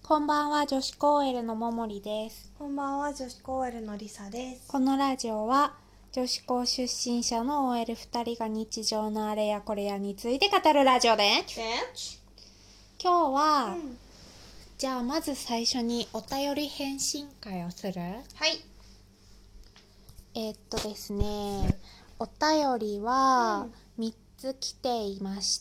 こんばんは、女子高 L のももりです。 こんばんは、女子高 L のりさです。 このラジオは女子高出身者の OL2 人が日常のあれやこれやについて語るラジオです。今日は、じゃあまず最初にお便り返信会をする？ はい。 ですね、お便りは3つ来ていまして、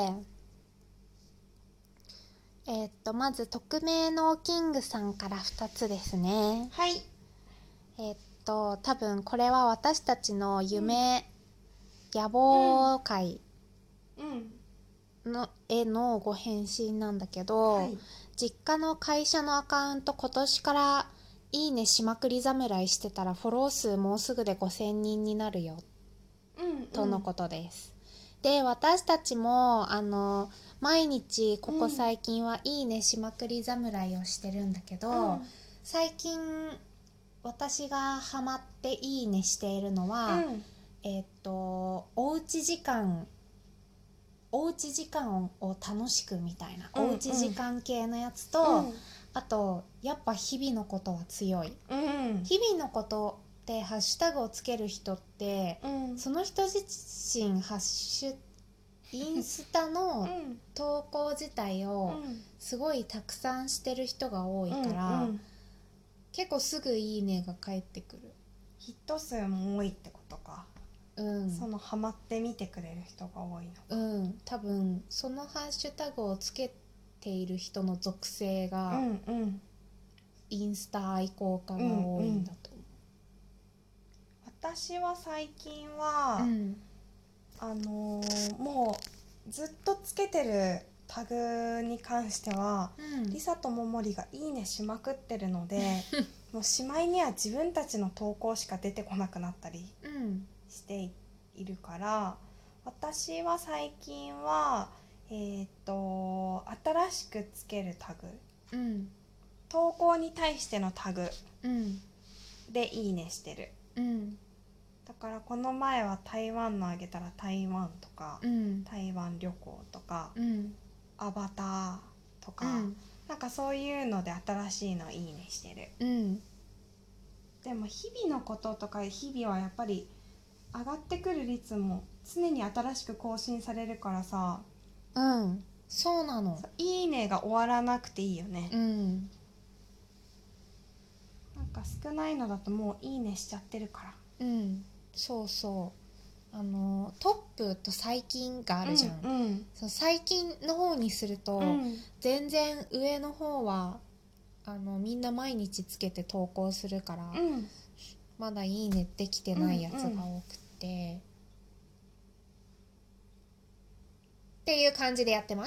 まず匿名のキングさんから2つですね。 はい。 多分これは私たちの夢、野望会のへのご返信なんだけど、実家の会社のアカウント今年からいいねしまくり侍してたらフォロー数もうすぐで5000人になるよ、とのことです。で、私たちも毎日ここ最近はいいねしまくり侍をしてるんだけど、最近私がハマっていいねしているのは、おうち時間を楽しくみたいな、おうち時間系のやつと、あとやっぱ日々のことは強い、日々のことってハッシュタグをつける人って、その人自身インスタの投稿自体をすごいたくさんしてる人が多いから、結構すぐいいねが返ってくる。 ヒット数も多いってことか。そのハマって見てくれる人が多いのか。 多分そのハッシュタグをつけている人の属性が、インスタ愛好家が多いんだと思う。 私は最近は、もうずっとつけてるタグに関しては、りさとももりがいいねしまくってるのでもうしまいには自分たちの投稿しか出てこなくなったりしているから、私は最近は新しくつけるタグ、投稿に対してのタグでいいねしてる。だからこの前は台湾のあげたら台湾とか、台湾旅行とか、アバターとか、なんかそういうので新しいのいいねしてる。でも日々のこととか日々はやっぱり上がってくる率も常に新しく更新されるからさ、 そうなの。 いいねが終わらなくていいよね。なんか少ないのだともういいねしちゃってるから。 そうそう、トップと最近があるじゃん。その最近の方にすると、全然上の方はみんな毎日つけて投稿するから、まだいいねできてないやつが多くて、っていう感じでやってます。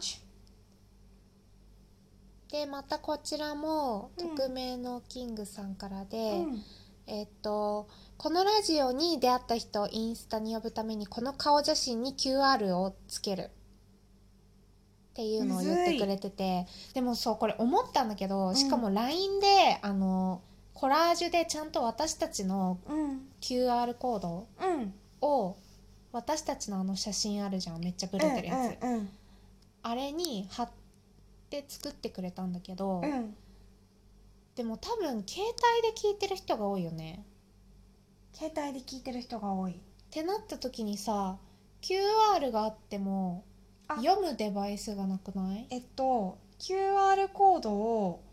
で、またこちらも匿名のキングさんからで、このラジオに出会った人をインスタに呼ぶためにこの顔写真に QR をつけるっていうのを言ってくれてて、でもそうこれ思ったんだけど、しかも LINE でコラージュでちゃんと私たちの QR コードを、私たちの写真あるじゃん、めっちゃブレてるやつ、あれに貼って作ってくれたんだけど、でも多分携帯で聞いてる人が多いよね。 携帯で聞いてる人が多いってなった時にさ、 QR があっても読むデバイスがなくない？ QR コードを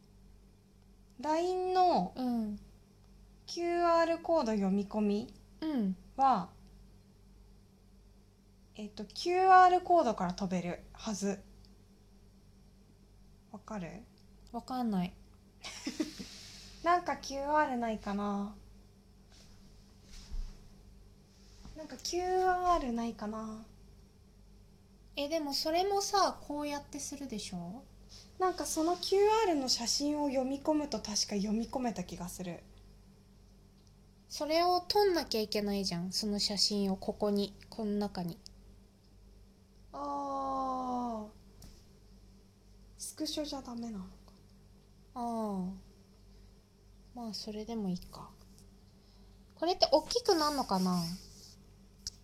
LINE の QR コード読み込みは、QR コードから飛べるはず。わかる？ わかんない。 なんか QR ないかな。なんか QR ないかな。 でもそれもさ、こうやってするでしょ？ なんかその QR の写真を読み込むと確か読み込めた気がする。 それを撮んなきゃいけないじゃん、その写真をこの中に。 スクショじゃダメなのか。 まあそれでもいいか。これって大きくなんのかな、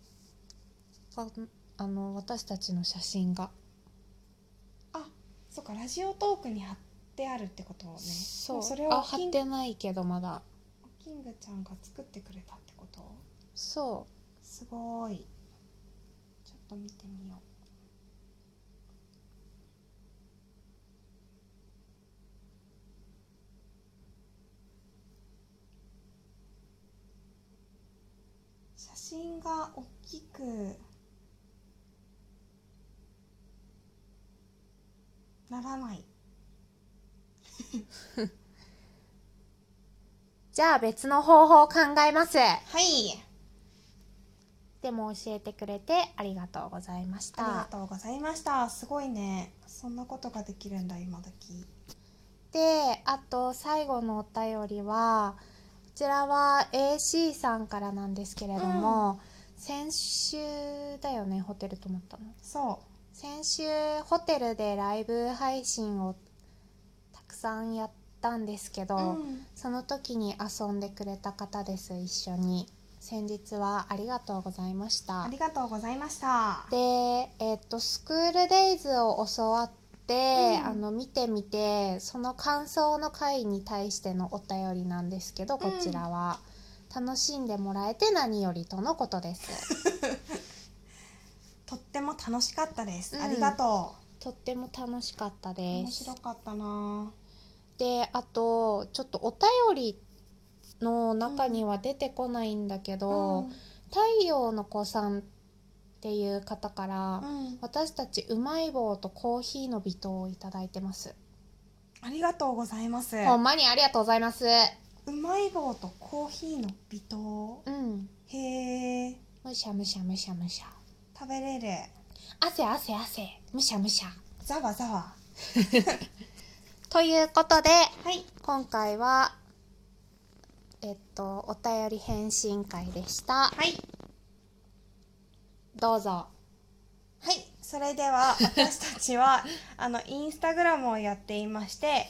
私たちの写真が。 そっか、 かラジオトークに貼ってあるってことね。 そうそれを貼ってないけどまだキングちゃんが作ってくれたってこと。 そうすごい。ちょっと見てみよう。写真が大きくならない。 じゃあ別の方法を考えます。 はい。 でも教えてくれてありがとうございました。 ありがとうございました。すごいね。そんなことができるんだ今時。 で、あと最後のお便りは、こちらは AC さんからなんですけれども、先週だよね、ホテル泊まったの。 そう。 先週ホテルでライブ配信をたくさんやったんですけど、その時に遊んでくれた方です。一緒に先日はありがとうございました。 ありがとうございました。 で、スクールデイズを教わって、見てみて、その感想の回に対してのお便りなんですけど、こちらは楽しんでもらえて何よりとのことです。 とっても楽しかったです。ありがとう。とっても楽しかったです。 面白かったな。 で、あとちょっとお便りの中には出てこないんだけど、太陽の子さんっていう方から、私たちうまい棒とコーヒーの微糖をいただいてます。 ありがとうございます。 ほんまにありがとうございます。 うまい棒とコーヒーの微糖。へえ。 むしゃむしゃむしゃむしゃ食べれる。 汗汗汗むしゃむしゃざわざわということで、 はい、 今回はお便り返信会でした。 はい、 どうぞ。 はい、それでは私たちはインスタグラムをやっていまして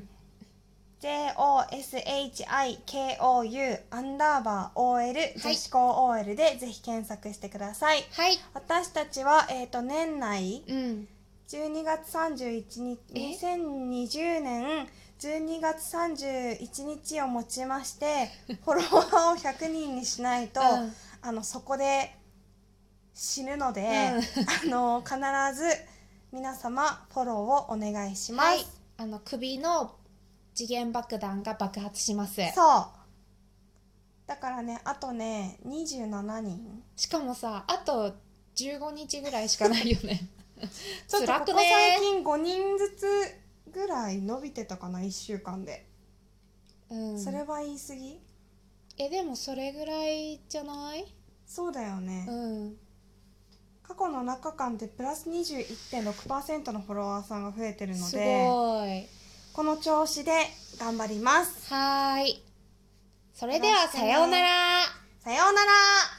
JOSHIKOU_OL 女子高 OL でぜひ検索してください。 はい、 私たちは、年内、12月31日2020年12月31日をもちましてフォロワーを100人にしないと、そこで死ぬので、必ず皆様フォローをお願いします。 はい、首の時限爆弾が爆発します。 そうだからね、あとね27人、 しかもさ、あと15日ぐらいしかないよねちょっとここ最近5人ずつぐらい伸びてたかな、1週間で。それは言い過ぎ？ でもそれぐらいじゃない？ そうだよね。過去の中間でプラス 21.6% のフォロワーさんが増えてるので、すごい。この調子で頑張ります。 はい。それではさようなら。 さようなら。